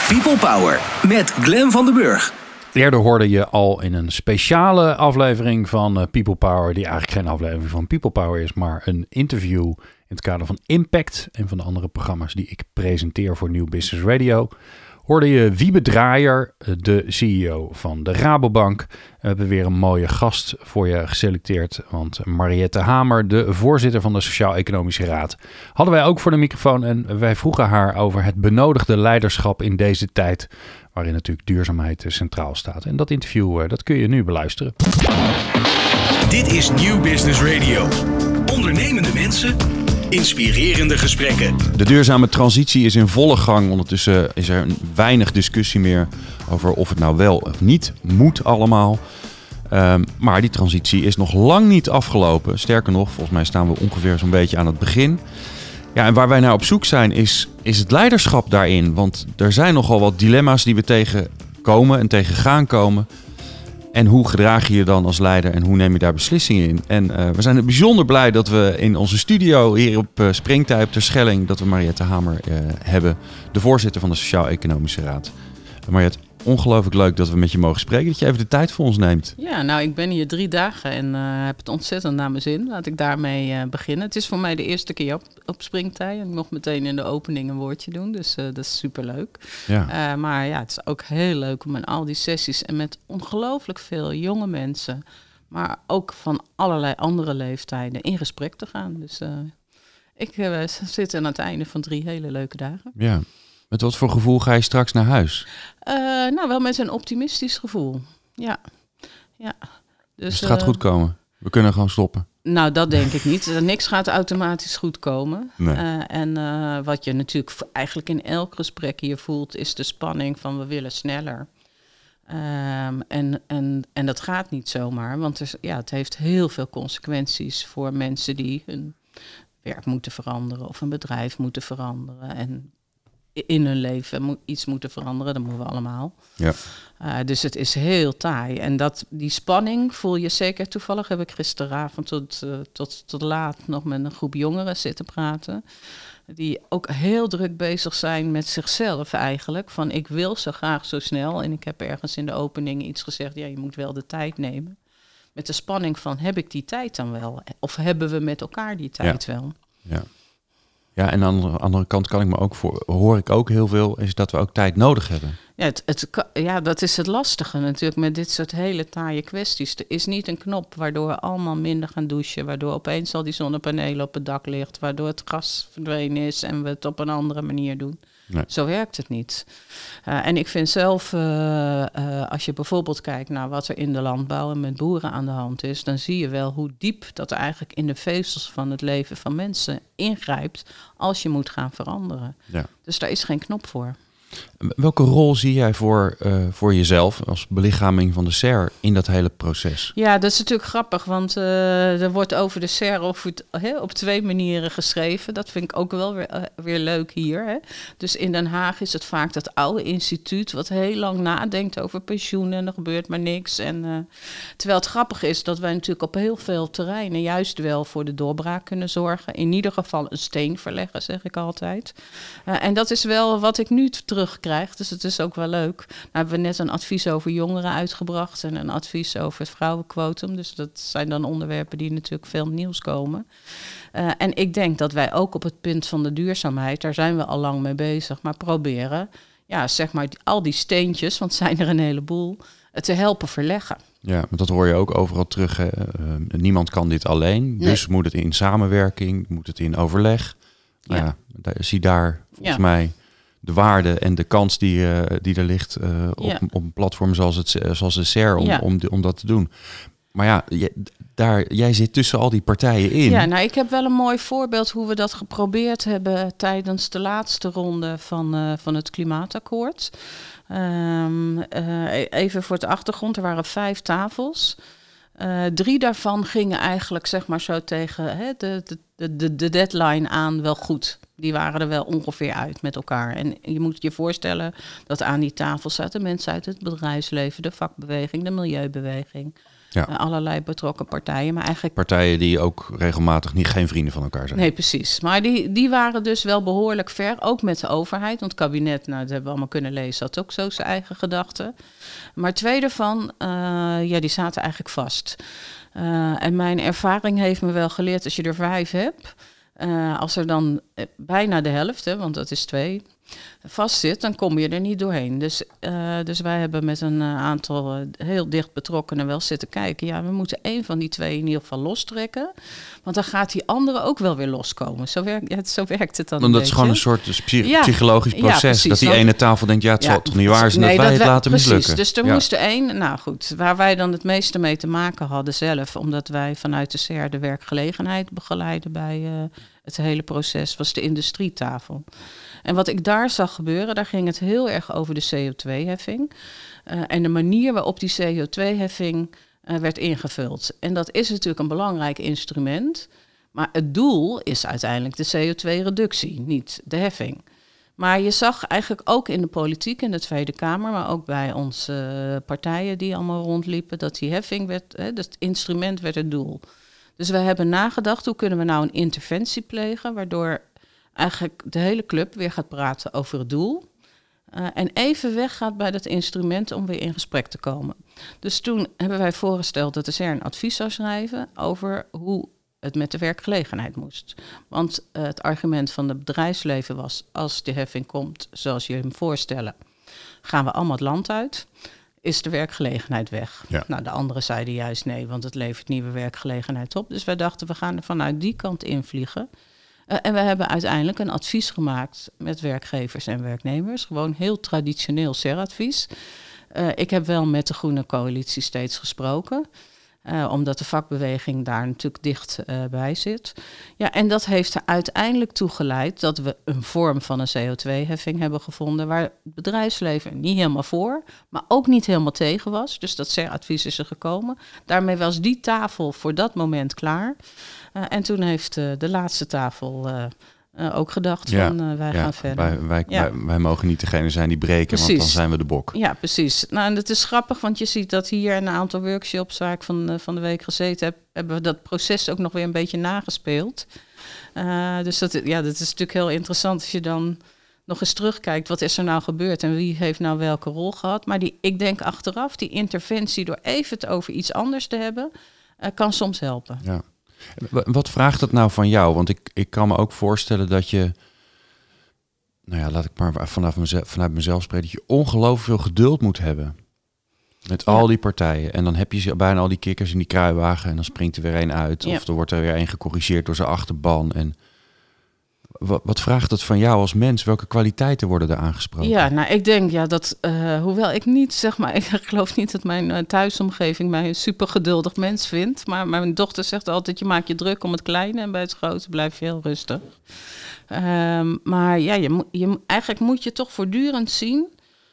People Power met Glenn van den Burg. Eerder hoorde je al in een speciale aflevering van People Power, die eigenlijk geen aflevering van People Power is, maar een interview in het kader van Impact, een van de andere programma's die ik presenteer voor Nieuw Business Radio. Hoorde je Wiebe Draaier, de CEO van de Rabobank. We hebben weer een mooie gast voor je geselecteerd, want Mariette Hamer, de voorzitter van de Sociaal-Economische Raad, hadden wij ook voor de microfoon en wij vroegen haar over het benodigde leiderschap in deze tijd, waarin natuurlijk duurzaamheid centraal staat. En dat interview, dat kun je nu beluisteren. Dit is Nieuw Business Radio. Ondernemende mensen, inspirerende gesprekken. De duurzame transitie is in volle gang. Ondertussen is er weinig discussie meer over of het nou wel of niet moet allemaal. Maar die transitie is nog lang niet afgelopen. Sterker nog, volgens mij staan we ongeveer zo'n beetje aan het begin. Ja, en waar wij naar op zoek zijn is het leiderschap daarin. Want er zijn nogal wat dilemma's die we tegenkomen en tegen gaan komen. En hoe gedraag je je dan als leider en hoe neem je daar beslissingen in? En we zijn bijzonder blij dat we in onze studio hier op Springtij op Terschelling, dat we Mariette Hamer hebben, de voorzitter van de Sociaal-Economische Raad. Mariette, ongelooflijk leuk dat we met je mogen spreken, dat je even de tijd voor ons neemt. Ja, nou, ik ben hier 3 dagen en heb het ontzettend naar mijn zin. Laat ik daarmee beginnen. Het is voor mij de eerste keer op Springtij en ik mocht meteen in de opening een woordje doen, dus dat is superleuk. Ja. Maar ja, het is ook heel leuk om in al die sessies en met ongelooflijk veel jonge mensen, maar ook van allerlei andere leeftijden in gesprek te gaan. Dus ik zit aan het einde van 3 hele leuke dagen. Ja. Met wat voor gevoel ga je straks naar huis? Nou, wel met een optimistisch gevoel. Ja. Dus het gaat goed komen. We kunnen gewoon stoppen. Nou, dat denk ik niet. Niks gaat automatisch goed komen. Nee. En wat je natuurlijk eigenlijk in elk gesprek hier voelt, is de spanning van we willen sneller. En dat gaat niet zomaar, want het heeft heel veel consequenties voor mensen die hun werk moeten veranderen of een bedrijf moeten veranderen. En in hun leven iets moeten veranderen, dat moeten we allemaal. Ja. Dus het is heel taai. En die spanning voel je zeker. Toevallig heb ik gisteravond tot laat nog met een groep jongeren zitten praten, die ook heel druk bezig zijn met zichzelf eigenlijk. Van ik wil zo graag zo snel. En ik heb ergens in de opening iets gezegd, ja, je moet wel de tijd nemen. Met de spanning van, heb ik die tijd dan wel? Of hebben we met elkaar die tijd wel? Ja. Ja, en aan de andere kant hoor ik ook heel veel, is dat we ook tijd nodig hebben. Ja, dat is het lastige natuurlijk met dit soort hele taaie kwesties. Er is niet een knop waardoor we allemaal minder gaan douchen, waardoor opeens al die zonnepanelen op het dak ligt, waardoor het gas verdwenen is en we het op een andere manier doen. Nee. Zo werkt het niet. En ik vind zelf, als je bijvoorbeeld kijkt naar wat er in de landbouw en met boeren aan de hand is, dan zie je wel hoe diep dat er eigenlijk in de vezels van het leven van mensen ingrijpt als je moet gaan veranderen. Ja. Dus daar is geen knop voor. Welke rol zie jij voor jezelf als belichaming van de SER in dat hele proces? Ja, dat is natuurlijk grappig, want er wordt over de SER op 2 manieren geschreven. Dat vind ik ook wel weer leuk hier. Hè. Dus in Den Haag is het vaak dat oude instituut wat heel lang nadenkt over pensioenen en er gebeurt maar niks. En, terwijl het grappig is dat wij natuurlijk op heel veel terreinen juist wel voor de doorbraak kunnen zorgen. In ieder geval een steen verleggen, zeg ik altijd. En dat is wel wat ik nu terugkrijg, dus het is ook wel leuk. Nou hebben we net een advies over jongeren uitgebracht en een advies over het vrouwenquotum. Dus dat zijn dan onderwerpen die natuurlijk veel nieuws komen. En ik denk dat wij ook op het punt van de duurzaamheid, daar zijn we al lang mee bezig, maar proberen, ja, zeg maar al die steentjes, want het zijn er een heleboel, te helpen verleggen. Ja, maar dat hoor je ook overal terug. Hè. Niemand kan dit alleen, dus moet het in samenwerking, moet het in overleg. Nou ja, zie daar volgens mij de waarde en de kans die er ligt op een platform zoals de SER om dat te doen. Maar ja, jij zit tussen al die partijen in. Ja, nou, ik heb wel een mooi voorbeeld hoe we dat geprobeerd hebben tijdens de laatste ronde van het klimaatakkoord. Even voor de achtergrond, er waren 5 tafels. 3 daarvan gingen eigenlijk zeg maar zo tegen de deadline aan wel goed. Die waren er wel ongeveer uit met elkaar. En je moet je voorstellen dat aan die tafel zaten mensen uit het bedrijfsleven, de vakbeweging, de milieubeweging. Ja. Allerlei betrokken partijen. Maar eigenlijk Partijen die ook regelmatig geen vrienden van elkaar zijn. Nee, precies. Maar die waren dus wel behoorlijk ver, ook met de overheid. Want het kabinet, dat hebben we allemaal kunnen lezen, had ook zo zijn eigen gedachten. Maar 2 daarvan, die zaten eigenlijk vast. En mijn ervaring heeft me wel geleerd, als je er 5 hebt, als er dan bijna de helft, want dat is 2, vast zit, dan kom je er niet doorheen. Dus wij hebben met een aantal heel dicht betrokkenen wel zitten kijken. Ja, we moeten 1 van die 2 in ieder geval lostrekken. Want dan gaat die andere ook wel weer loskomen. Zo werkt het dan Dat is gewoon een soort psychologisch proces. Precies, dat die ene tafel denkt, het zal toch niet waar zijn dat wij het laten mislukken. Dus er moest er 1, nou goed, waar wij dan het meeste mee te maken hadden zelf, omdat wij vanuit de SER de werkgelegenheid begeleiden bij het hele proces, was de industrietafel. En wat ik daar zag gebeuren, daar ging het heel erg over de CO2-heffing. En de manier waarop die CO2-heffing werd ingevuld. En dat is natuurlijk een belangrijk instrument. Maar het doel is uiteindelijk de CO2-reductie, niet de heffing. Maar je zag eigenlijk ook in de politiek, in de Tweede Kamer, maar ook bij onze partijen die allemaal rondliepen, dat die heffing werd, het instrument werd het doel. Dus we hebben nagedacht, hoe kunnen we nou een interventie plegen, waardoor eigenlijk de hele club weer gaat praten over het doel. En even weggaat bij dat instrument om weer in gesprek te komen. Dus toen hebben wij voorgesteld dat de SER een advies zou schrijven over hoe het met de werkgelegenheid moest. Want het argument van het bedrijfsleven was, als de heffing komt zoals je hem voorstellen, gaan we allemaal het land uit, is de werkgelegenheid weg. Ja. Nou, de anderen zeiden juist nee, want het levert nieuwe werkgelegenheid op. Dus wij dachten, we gaan er vanuit die kant invliegen. En we hebben uiteindelijk een advies gemaakt met werkgevers en werknemers. Gewoon heel traditioneel SER-advies. Ik heb wel met de Groene Coalitie steeds gesproken. Omdat de vakbeweging daar natuurlijk dicht bij zit. Ja, en dat heeft er uiteindelijk toe geleid dat we een vorm van een CO2-heffing hebben gevonden, waar het bedrijfsleven niet helemaal voor, maar ook niet helemaal tegen was. Dus dat SER-advies is er gekomen. Daarmee was die tafel voor dat moment klaar. En toen heeft de laatste tafel ook gedacht van wij gaan verder. Wij mogen niet degene zijn die breken, precies. Want dan zijn we de bok. Ja, precies. Nou, en het is grappig, want je ziet dat hier een aantal workshops waar ik van de week gezeten heb, hebben we dat proces ook nog weer een beetje nagespeeld. Dus dat is natuurlijk heel interessant als je dan nog eens terugkijkt, wat is er nou gebeurd en wie heeft nou welke rol gehad. Maar ik denk achteraf, die interventie door even het over iets anders te hebben, kan soms helpen. Ja. Wat vraagt dat nou van jou? Want ik kan me ook voorstellen dat je, laat ik maar vanuit mezelf spreken, dat je ongelooflijk veel geduld moet hebben met al die partijen. En dan heb je bijna al die kikkers in die kruiwagen en dan springt er weer één uit. Ja. Of er wordt er weer één gecorrigeerd door zijn achterban. En wat vraagt dat van jou als mens? Welke kwaliteiten worden er aangesproken? Ja, nou, ik denk dat, hoewel ik niet, ik geloof niet dat mijn thuisomgeving mij een super geduldig mens vindt. Maar mijn dochter zegt altijd, je maakt je druk om het kleine en bij het grote blijf je heel rustig. Maar ja, eigenlijk moet je toch voortdurend zien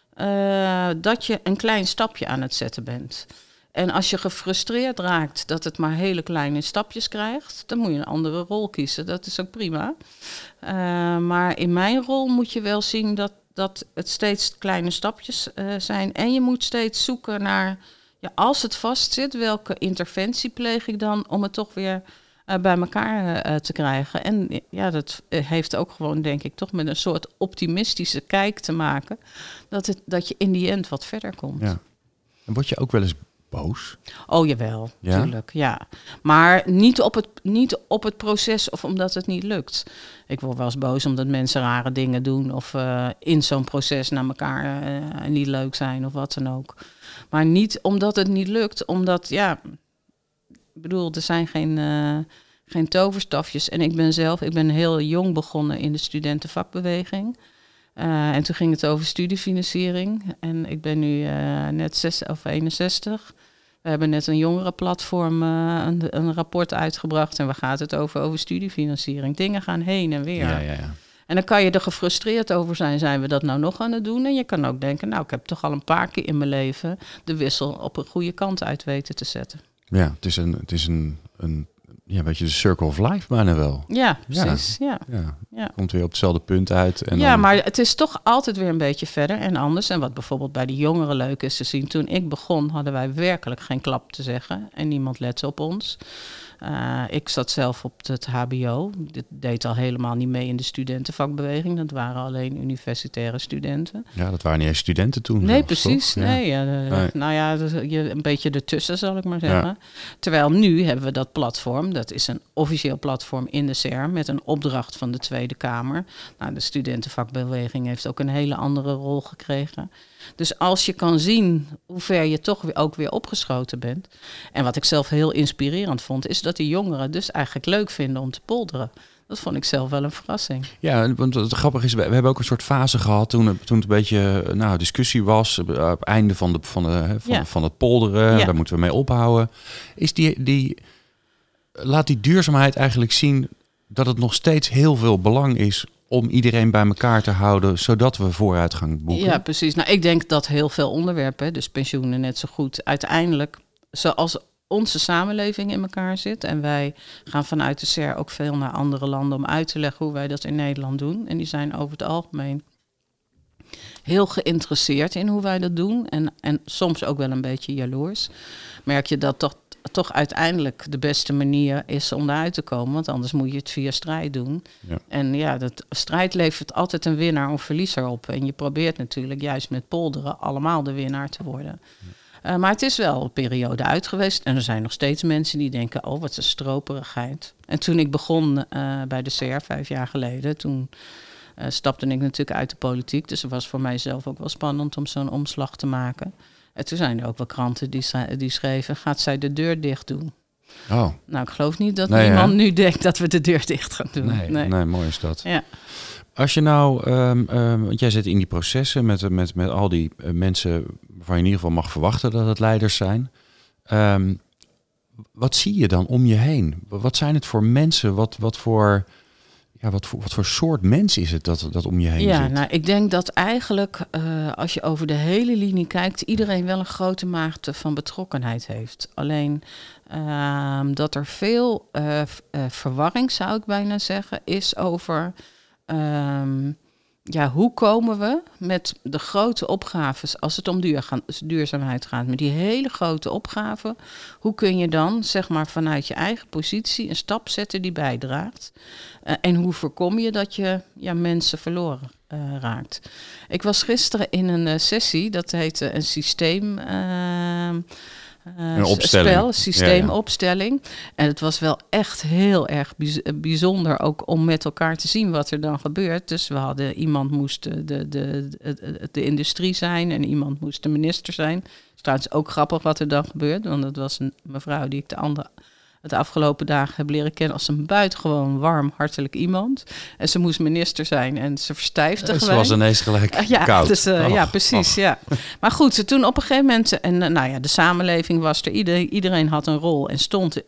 dat je een klein stapje aan het zetten bent. En als je gefrustreerd raakt dat het maar hele kleine stapjes krijgt, dan moet je een andere rol kiezen. Dat is ook prima. Maar in mijn rol moet je wel zien dat het steeds kleine stapjes zijn. En je moet steeds zoeken naar, als het vastzit, welke interventie pleeg ik dan om het toch weer bij elkaar te krijgen. En dat heeft ook gewoon, denk ik, toch met een soort optimistische kijk te maken, dat je in die end wat verder komt. Ja. En word je ook wel eens boos? Oh, jawel, natuurlijk, ja. Maar niet op het proces of omdat het niet lukt. Ik word wel eens boos omdat mensen rare dingen doen of in zo'n proces naar elkaar niet leuk zijn of wat dan ook. Maar niet omdat het niet lukt, omdat, ik bedoel, er zijn geen toverstafjes. En ik ben heel jong begonnen in de studentenvakbeweging. En toen ging het over studiefinanciering. En ik ben nu net 61. We hebben net een jongerenplatform een rapport uitgebracht. En waar gaat het over studiefinanciering? Dingen gaan heen en weer. Ja. En dan kan je er gefrustreerd over zijn we dat nou nog aan het doen? En je kan ook denken, ik heb toch al een paar keer in mijn leven de wissel op een goede kant uit weten te zetten. Ja, het is een beetje de circle of life bijna wel. Ja, precies. Ja. Komt weer op hetzelfde punt uit. En ja, dan... maar het is toch altijd weer een beetje verder en anders. En wat bijvoorbeeld bij de jongeren leuk is te zien. Toen ik begon hadden wij werkelijk geen klap te zeggen. En niemand lette op ons. Ik zat zelf op het hbo. Dit deed al helemaal niet mee in de studentenvakbeweging. Dat waren alleen universitaire studenten. Ja, dat waren niet eens studenten toen. Nee, zelfs, precies. toch? Nee. Nou ja, een beetje ertussen zal ik maar zeggen. Ja. Terwijl nu hebben we dat platform. Dat is een officieel platform in de SER met een opdracht van de Tweede Kamer. Nou, de studentenvakbeweging heeft ook een hele andere rol gekregen. Dus als je kan zien hoe ver je toch ook weer opgeschoten bent. En wat ik zelf heel inspirerend vond, is dat die jongeren dus eigenlijk leuk vinden om te polderen. Dat vond ik zelf wel een verrassing. Ja, want het grappige is, we hebben ook een soort fase gehad toen het een beetje discussie was. Op het einde van het polderen, daar moeten we mee ophouden. Is laat die duurzaamheid eigenlijk zien dat het nog steeds heel veel belang is om iedereen bij elkaar te houden, zodat we vooruitgang boeken? Ja, precies. Nou, ik denk dat heel veel onderwerpen, dus pensioenen net zo goed, uiteindelijk, zoals onze samenleving in elkaar zit. En wij gaan vanuit de SER ook veel naar andere landen om uit te leggen hoe wij dat in Nederland doen. En die zijn over het algemeen heel geïnteresseerd in hoe wij dat doen. En soms ook wel een beetje jaloers. Merk je dat toch uiteindelijk de beste manier is om eruit te komen. Want anders moet je het via strijd doen. Ja. En ja, dat strijd levert altijd een winnaar of verliezer op. En je probeert natuurlijk juist met polderen allemaal de winnaar te worden. Ja. Maar het is wel een periode uit geweest. En er zijn nog steeds mensen die denken, oh, wat een stroperigheid. En toen ik begon bij de SER 5 jaar geleden, toen stapte ik natuurlijk uit de politiek. Dus het was voor mijzelf ook wel spannend om zo'n omslag te maken. En toen zijn er ook wel kranten die schreven, gaat zij de deur dicht doen? Oh. Nou, ik geloof niet dat iemand nu denkt dat we de deur dicht gaan doen. Nee, mooi is dat. Ja. Als je nou, want jij zit in die processen met al die mensen waarvan je in ieder geval mag verwachten dat het leiders zijn. Wat zie je dan om je heen? Wat zijn het voor mensen? Wat voor soort mens is het dat om je heen zit? Ja, nou, ik denk dat eigenlijk, als je over de hele linie kijkt, iedereen wel een grote mate van betrokkenheid heeft. Alleen dat er veel verwarring, zou ik bijna zeggen, is over hoe komen we met de grote opgaves, als het om duurzaamheid gaat, met die hele grote opgaven, hoe kun je dan, zeg maar, vanuit je eigen positie een stap zetten die bijdraagt? En hoe voorkom je dat je mensen verloren raakt? Ik was gisteren in een sessie, dat heette een systeem... een opstelling. Systeemopstelling. Ja. En het was wel echt heel erg bijzonder ook om met elkaar te zien wat er dan gebeurt. Dus we hadden, iemand moest de industrie zijn en iemand moest de minister zijn. Het is trouwens ook grappig wat er dan gebeurt, want dat was een mevrouw die ik de afgelopen dagen heb leren kennen als een buitengewoon warm, hartelijk iemand. En ze moest minister zijn en ze verstijfde Ze was ineens gelijk koud. Dus, ja, precies. Ja. Maar goed, toen op een gegeven moment, en de samenleving was er, iedereen had een rol en stond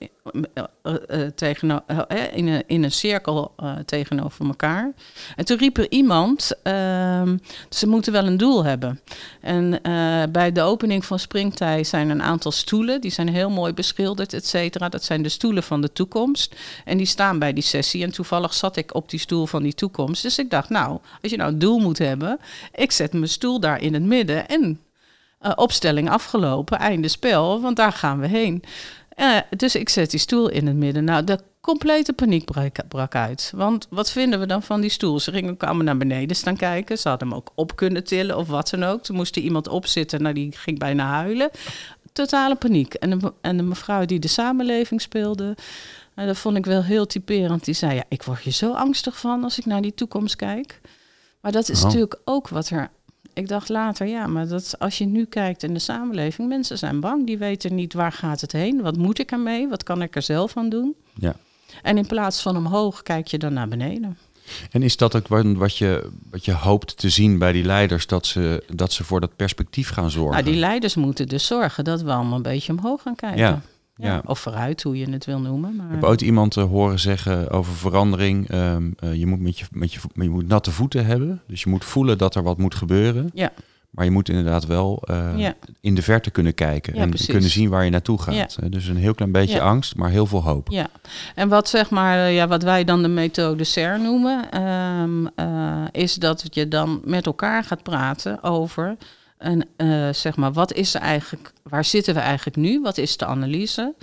in een cirkel tegenover elkaar. En toen riep er iemand, ze moeten wel een doel hebben. En bij de opening van Springtij zijn een aantal stoelen, die zijn heel mooi beschilderd, et cetera. Dat zijn de stoelen van de toekomst. En die staan bij die sessie. En toevallig zat ik op die stoel van die toekomst. Dus ik dacht, nou, als je nou een doel moet hebben, ik zet mijn stoel daar in het midden en opstelling afgelopen, einde spel, want daar gaan we heen. Dus ik zet die stoel in het midden. Nou, de complete paniek brak uit. Want wat vinden we dan van die stoel? Ze kwamen naar beneden staan kijken. Ze hadden hem ook op kunnen tillen of wat dan ook. Toen moest er iemand opzitten. Nou, die ging bijna huilen. Totale paniek. En de mevrouw die de samenleving speelde, dat vond ik wel heel typerend. Die zei, ik word hier zo angstig van als ik naar die toekomst kijk. Maar dat is natuurlijk ook wat er... Ik dacht later, maar dat als je nu kijkt in de samenleving, mensen zijn bang. Die weten niet, waar gaat het heen? Wat moet ik ermee? Wat kan ik er zelf aan doen? Ja. En in plaats van omhoog kijk je dan naar beneden. En is dat ook wat je hoopt te zien bij die leiders, dat ze voor dat perspectief gaan zorgen? Nou, die leiders moeten dus zorgen dat we allemaal een beetje omhoog gaan kijken. Ja. Of vooruit, hoe je het wil noemen. Maar... Ik heb ooit iemand horen zeggen over verandering. Je moet natte voeten hebben. Dus je moet voelen dat er wat moet gebeuren. Ja. Maar je moet inderdaad wel in de verte kunnen kijken. En precies. kunnen zien waar je naartoe gaat. Ja. Dus een heel klein beetje angst, maar heel veel hoop. Ja, en wat zeg maar, wat wij dan de methode SER noemen, is dat je dan met elkaar gaat praten over zeg maar, wat is er eigenlijk, waar zitten we eigenlijk nu? Wat is de analyse?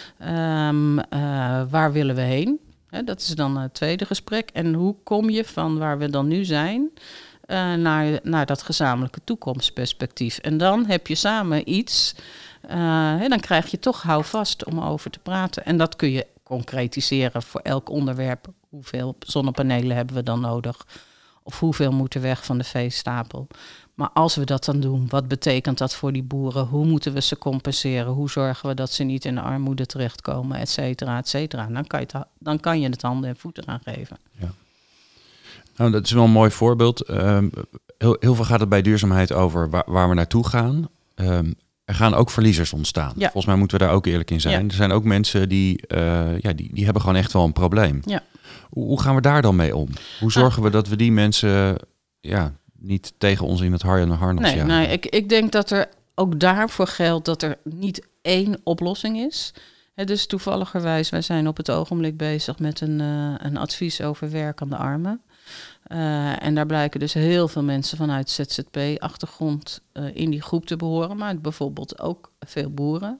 Waar willen we heen? Dat is dan het tweede gesprek. En hoe kom je van waar we dan nu zijn naar dat gezamenlijke toekomstperspectief? En dan heb je samen iets, dan krijg je toch houvast om over te praten. En dat kun je concretiseren voor elk onderwerp. Hoeveel zonnepanelen hebben we dan nodig? Of hoeveel moeten weg van de veestapel? Maar als we dat dan doen, wat betekent dat voor die boeren? Hoe moeten we ze compenseren? Hoe zorgen we dat ze niet in de armoede terechtkomen, et cetera, et cetera? Dan kan je het handen en voeten aan geven. Ja. Nou, dat is wel een mooi voorbeeld. Heel veel gaat het bij duurzaamheid over waar we naartoe gaan. Er gaan ook verliezers ontstaan. Ja. Volgens mij moeten we daar ook eerlijk in zijn. Ja. Er zijn ook mensen die hebben gewoon echt wel een probleem. Ja. Hoe gaan we daar dan mee om? Hoe zorgen we dat we die mensen niet tegen ons in het harnas jagen? Nee, ik denk dat er ook daarvoor geldt dat er niet één oplossing is. Dus toevalligerwijs, wij zijn op het ogenblik bezig met een advies over werkende armen. En daar blijken dus heel veel mensen vanuit ZZP-achtergrond in die groep te behoren, maar bijvoorbeeld ook veel boeren.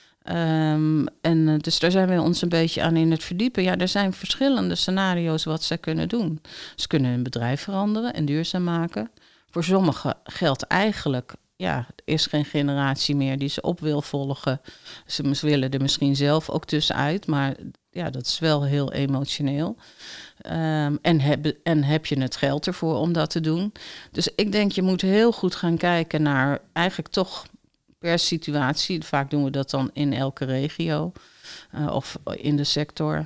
Dus daar zijn we ons een beetje aan in het verdiepen. Ja, er zijn verschillende scenario's wat zij kunnen doen. Ze kunnen hun bedrijf veranderen en duurzaam maken. Voor sommigen geldt eigenlijk, er is geen generatie meer die ze op wil volgen. Ze willen er misschien zelf ook tussenuit, maar dat is wel heel emotioneel. En heb je het geld ervoor om dat te doen? Dus ik denk, je moet heel goed gaan kijken naar eigenlijk toch per situatie. Vaak doen we dat dan in elke regio of in de sector.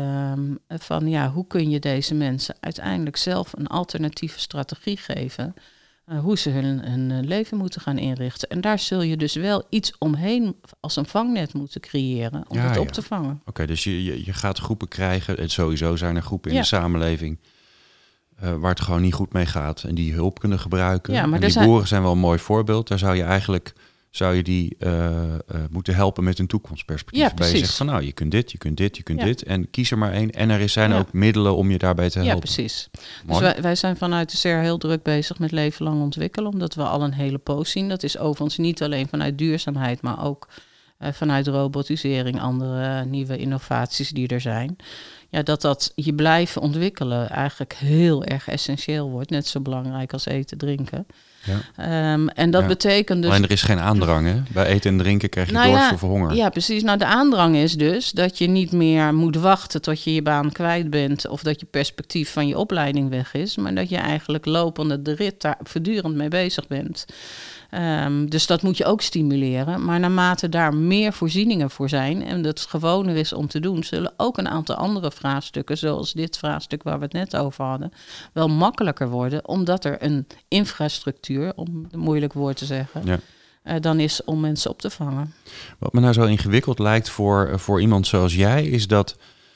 Hoe kun je deze mensen uiteindelijk zelf een alternatieve strategie geven? Hoe ze hun leven moeten gaan inrichten. En daar zul je dus wel iets omheen als een vangnet moeten creëren om het op te vangen. Oké, dus je gaat groepen krijgen. En sowieso zijn er groepen in de samenleving waar het gewoon niet goed mee gaat en die hulp kunnen gebruiken. Ja, maar en die boeren zijn wel een mooi voorbeeld. Daar zou je die moeten helpen met een toekomstperspectief. Ja, waarbij je zegt van je kunt dit, je kunt dit, je kunt dit. En kies er maar één. En er zijn ook middelen om je daarbij te helpen. Ja, precies. Mooi. Dus wij zijn vanuit de SER heel druk bezig met leven lang ontwikkelen. Omdat we al een hele poos zien. Dat is overigens niet alleen vanuit duurzaamheid, maar ook vanuit robotisering, andere nieuwe innovaties die er zijn. Ja, dat je blijven ontwikkelen eigenlijk heel erg essentieel wordt. Net zo belangrijk als eten, drinken. Ja. En dat betekent dus... Alleen er is geen aandrang, hè? Bij eten en drinken krijg je dorst of honger. Ja, precies. Nou, de aandrang is dus dat je niet meer moet wachten tot je je baan kwijt bent of dat je perspectief van je opleiding weg is, maar dat je eigenlijk lopende de rit daar voortdurend mee bezig bent. Dus dat moet je ook stimuleren. Maar naarmate daar meer voorzieningen voor zijn en dat het gewoner is om te doen, zullen ook een aantal andere vraagstukken, zoals dit vraagstuk waar we het net over hadden, wel makkelijker worden, omdat er een infrastructuur, om een moeilijk woord te zeggen, dan is om mensen op te vangen. Wat me nou zo ingewikkeld lijkt voor iemand zoals jij, is dat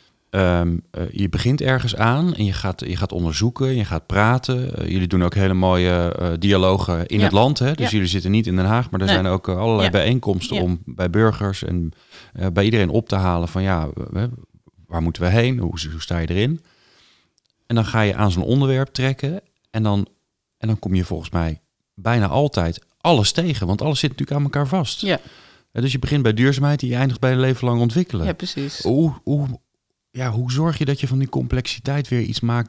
je begint ergens aan en je gaat onderzoeken, je gaat praten. Jullie doen ook hele mooie dialogen in het land. Hè? Dus jullie zitten niet in Den Haag, maar er zijn ook allerlei bijeenkomsten om bij burgers en bij iedereen op te halen van waar moeten we heen? Hoe sta je erin? En dan ga je aan zo'n onderwerp trekken en dan kom je volgens mij bijna altijd alles tegen, want alles zit natuurlijk aan elkaar vast. Ja. Dus je begint bij duurzaamheid en je eindigt bij leven lang ontwikkelen. Ja, precies. Hoe zorg je dat je van die complexiteit weer iets maakt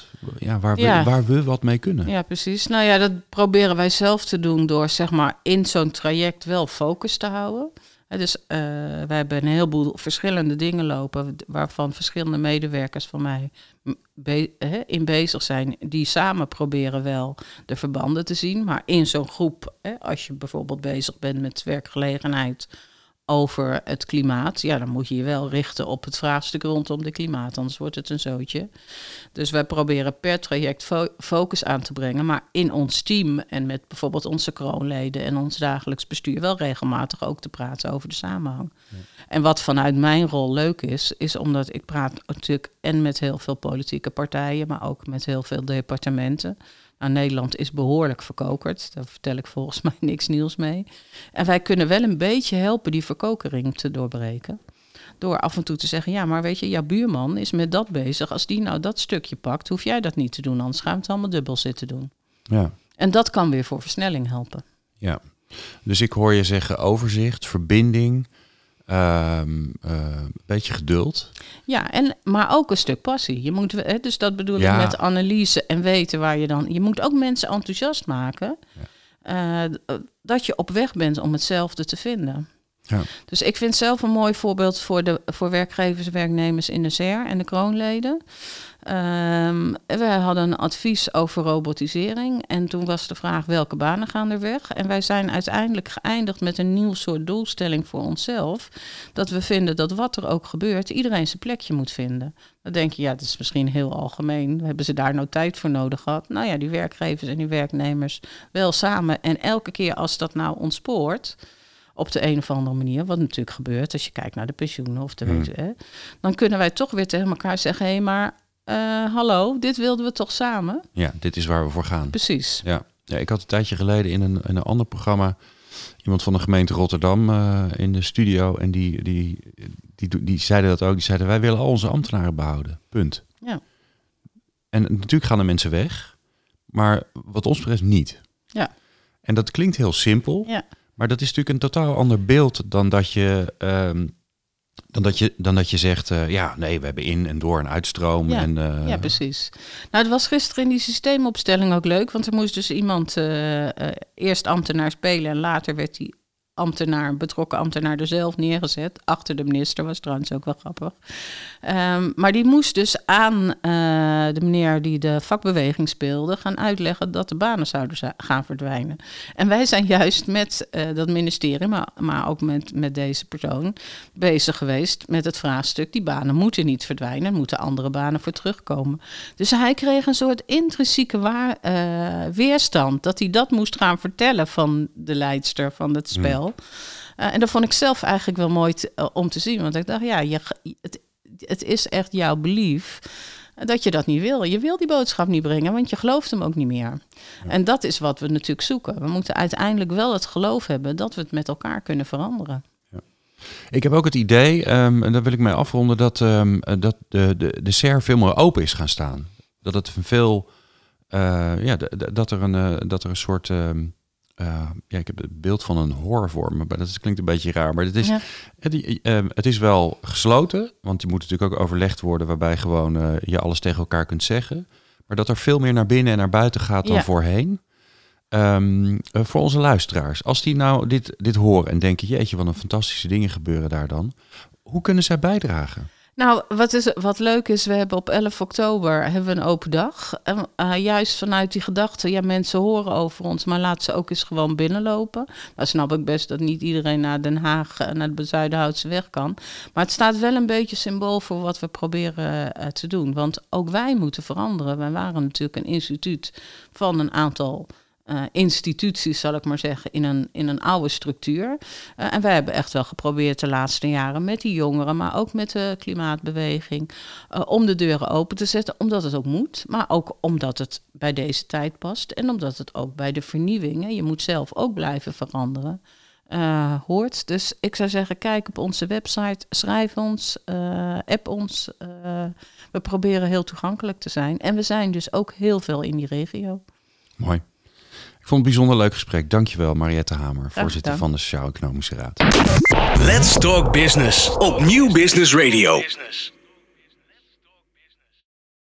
waar we wat mee kunnen? Ja, precies. Nou ja, dat proberen wij zelf te doen door zeg maar in zo'n traject wel focus te houden. Dus wij hebben een heleboel verschillende dingen lopen, waarvan verschillende medewerkers van mij in bezig zijn, die samen proberen wel de verbanden te zien. Maar in zo'n groep, als je bijvoorbeeld bezig bent met werkgelegenheid over het klimaat, dan moet je je wel richten op het vraagstuk rondom de klimaat, anders wordt het een zootje. Dus wij proberen per traject focus aan te brengen, maar in ons team en met bijvoorbeeld onze kroonleden en ons dagelijks bestuur wel regelmatig ook te praten over de samenhang. Ja. En wat vanuit mijn rol leuk is omdat ik praat natuurlijk en met heel veel politieke partijen, maar ook met heel veel departementen. Nou, Nederland is behoorlijk verkokerd. Daar vertel ik volgens mij niks nieuws mee. En wij kunnen wel een beetje helpen die verkokering te doorbreken. Door af en toe te zeggen, ja, maar weet je, jouw buurman is met dat bezig. Als die nou dat stukje pakt, hoef jij dat niet te doen. Anders gaan we het allemaal dubbel zitten doen. Ja. En dat kan weer voor versnelling helpen. Ja, dus ik hoor je zeggen overzicht, verbinding, een beetje geduld. Ja, maar ook een stuk passie. Je moet, dus dat bedoel ik met analyse en weten waar je dan... Je moet ook mensen enthousiast maken. Ja. Dat je op weg bent om hetzelfde te vinden. Ja. Dus ik vind zelf een mooi voorbeeld voor werkgevers en werknemers in de SER en de kroonleden. We hadden een advies over robotisering. En toen was de vraag, welke banen gaan er weg? En wij zijn uiteindelijk geëindigd met een nieuw soort doelstelling voor onszelf. Dat we vinden dat wat er ook gebeurt, iedereen zijn plekje moet vinden. Dan denk je, ja, dat is misschien heel algemeen. Hebben ze daar nou tijd voor nodig gehad? Nou ja, die werkgevers en die werknemers wel samen. En elke keer als dat nou ontspoort, op de een of andere manier, wat natuurlijk gebeurt als je kijkt naar de pensioenen of dan kunnen wij toch weer tegen elkaar zeggen, hé, maar hallo, dit wilden we toch samen? Ja, dit is waar we voor gaan. Precies. Ja, ik had een tijdje geleden in een ander programma iemand van de gemeente Rotterdam in de studio en die zeiden dat ook. Die zeiden, wij willen al onze ambtenaren behouden. Punt. Ja. En natuurlijk gaan de mensen weg, maar wat ons betreft niet. Ja. En dat klinkt heel simpel. Ja. Maar dat is natuurlijk een totaal ander beeld dan dat je, zegt, nee, we hebben in- en door- en uitstroom. Ja, ja, precies. Nou, het was gisteren in die systeemopstelling ook leuk, want er moest dus iemand eerst ambtenaar spelen en later werd die betrokken ambtenaar er zelf neergezet. Achter de minister, was trouwens ook wel grappig. Maar die moest dus aan de meneer die de vakbeweging speelde gaan uitleggen dat de banen zouden gaan verdwijnen. En wij zijn juist met dat ministerie, maar ook met deze persoon bezig geweest met het vraagstuk. Die banen moeten niet verdwijnen, er moeten andere banen voor terugkomen. Dus hij kreeg een soort intrinsieke weerstand, dat hij dat moest gaan vertellen van de leidster van het spel. En dat vond ik zelf eigenlijk wel mooi om te zien. Want ik dacht, ja, het is echt jouw belief dat je dat niet wil. Je wil die boodschap niet brengen, want je gelooft hem ook niet meer. Ja. En dat is wat we natuurlijk zoeken. We moeten uiteindelijk wel het geloof hebben dat we het met elkaar kunnen veranderen. Ja. Ik heb ook het idee, en daar wil ik mee afronden, dat de SER veel meer open is gaan staan. Dat het veel, dat er een soort... ik heb het beeld van een horror voor me, maar dat klinkt een beetje raar. Maar het is wel gesloten, want die moet natuurlijk ook overlegd worden, waarbij gewoon je alles tegen elkaar kunt zeggen. Maar dat er veel meer naar binnen en naar buiten gaat dan voorheen. Voor onze luisteraars, als die nou dit horen en denken, jeetje, wat een fantastische dingen gebeuren daar dan. Hoe kunnen zij bijdragen? Nou, wat leuk is, we hebben op 11 oktober hebben we een open dag. En juist vanuit die gedachte, ja, mensen horen over ons, maar laat ze ook eens gewoon binnenlopen. Nou snap ik best dat niet iedereen naar Den Haag, naar de Zuiderhoutse weg kan. Maar het staat wel een beetje symbool voor wat we proberen te doen. Want ook wij moeten veranderen. Wij waren natuurlijk een instituut van een aantal instituties, zal ik maar zeggen, in een oude structuur. En wij hebben echt wel geprobeerd de laatste jaren met die jongeren, maar ook met de klimaatbeweging, om de deuren open te zetten, omdat het ook moet, maar ook omdat het bij deze tijd past en omdat het ook bij de vernieuwingen, je moet zelf ook blijven veranderen, hoort. Dus ik zou zeggen, kijk op onze website, schrijf ons, app ons. We proberen heel toegankelijk te zijn. En we zijn dus ook heel veel in die regio. Mooi. Ik vond het een bijzonder leuk gesprek. Dankjewel, Mariette Hamer, voorzitter van de Sociaal-Economische Raad. Let's Talk Business op Nieuw Business Radio.